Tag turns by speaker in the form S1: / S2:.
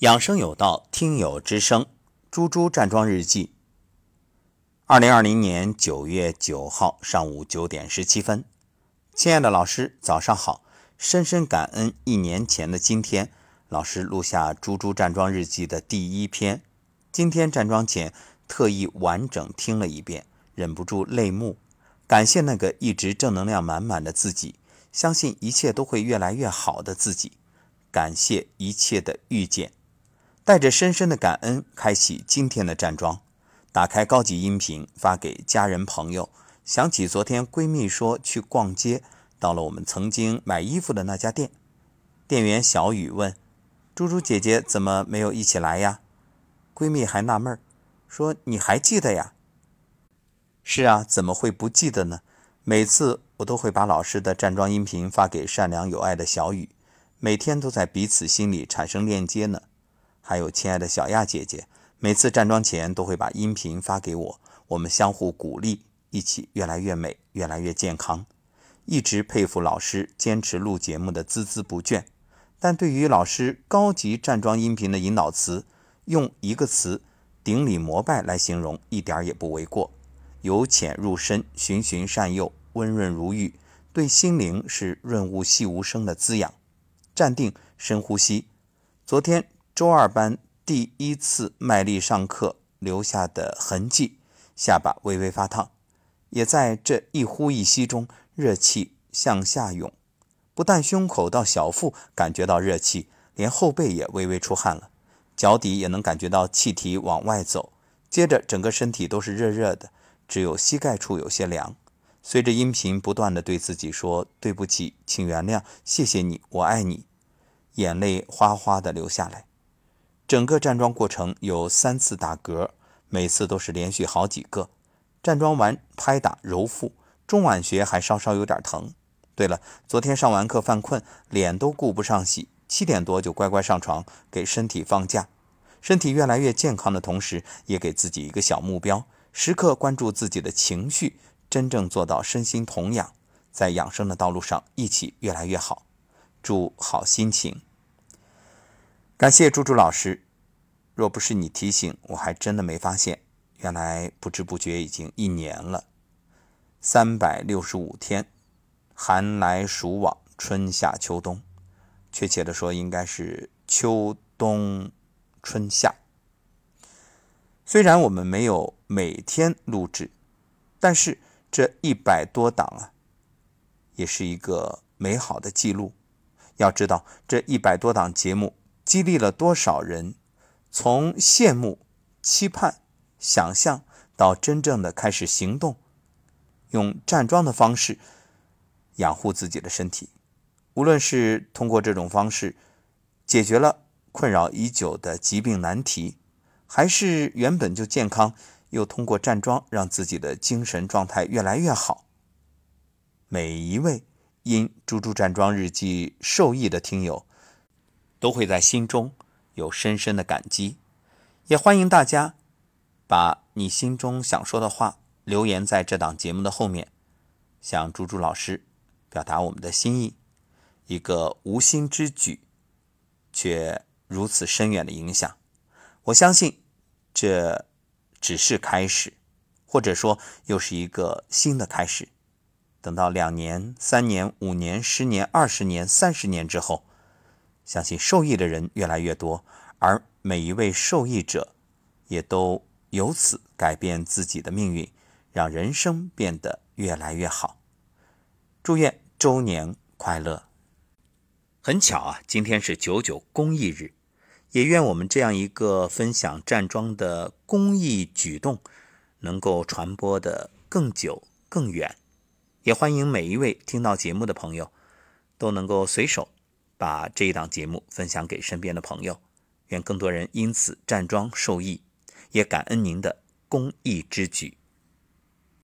S1: 养生有道，听友之声，猪猪站桩日记。2020年9月9号上午9点17分，亲爱的老师，早上好！深深感恩1年前的今天，老师录下猪猪站桩日记的第1篇。今天站桩前特意完整听了一遍，忍不住泪目。感谢那个一直正能量满满的自己，相信一切都会越来越好的自己。感谢一切的遇见。带着深深的感恩，开启今天的站桩。打开高级音频，发给家人朋友。想起昨天闺蜜说去逛街，到了我们曾经买衣服的那家店。店员小雨问：猪猪姐姐怎么没有一起来呀？闺蜜还纳闷，说你还记得呀？是啊，怎么会不记得呢？每次我都会把老师的站桩音频发给善良有爱的小雨，每天都在彼此心里产生链接呢。还有亲爱的小亚姐姐，每次站桩前都会把音频发给我，我们相互鼓励，一起越来越美，越来越健康。一直佩服老师坚持录节目的孜孜不倦，但对于老师高级站桩音频的引导词，用一个词顶礼膜拜来形容一点也不为过。由浅入深，循循善诱，温润如玉，对心灵是润物细无声的滋养。站定，深呼吸。昨天周二班第1次卖力上课留下的痕迹，下巴微微发烫，也在这一呼一吸中热气向下涌，不但胸口到小腹感觉到热气，连后背也微微出汗了，脚底也能感觉到气体往外走，接着整个身体都是热热的，只有膝盖处有些凉。随着音频不断地对自己说对不起，请原谅，谢谢你，我爱你，眼泪哗哗地流下来。整个站桩过程有3次打嗝，每次都是连续好几个。站桩完拍打揉腹，中脘穴还稍稍有点疼。对了，昨天上完课犯困，脸都顾不上洗，7点多就乖乖上床，给身体放假。身体越来越健康的同时，也给自己一个小目标，时刻关注自己的情绪，真正做到身心同养，在养生的道路上一起越来越好。祝好心情。感谢猪猪老师，若不是你提醒，我还真的没发现，原来不知不觉已经1年了。365天，寒来暑往，春夏秋冬，确切的说应该是秋冬春夏。虽然我们没有每天录制，但是这100多档啊，也是一个美好的记录。要知道这100多档节目激励了多少人，从羡慕、期盼、想象到真正的开始行动，用站桩的方式养护自己的身体。无论是通过这种方式解决了困扰已久的疾病难题，还是原本就健康，又通过站桩让自己的精神状态越来越好。每一位因猪猪站桩日记受益的听友，都会在心中有深深的感激。也欢迎大家把你心中想说的话留言在这档节目的后面，向猪猪老师表达我们的心意。一个无心之举，却如此深远的影响。我相信这只是开始，或者说又是一个新的开始。等到2年、3年、5年、10年、20年、30年之后，相信受益的人越来越多，而每一位受益者也都由此改变自己的命运，让人生变得越来越好。祝愿周年快乐。很巧啊，今天是99公益日，也愿我们这样一个分享站桩的公益举动能够传播得更久更远。也欢迎每一位听到节目的朋友都能够随手把这一档节目分享给身边的朋友，愿更多人因此站桩受益，也感恩您的公益之举。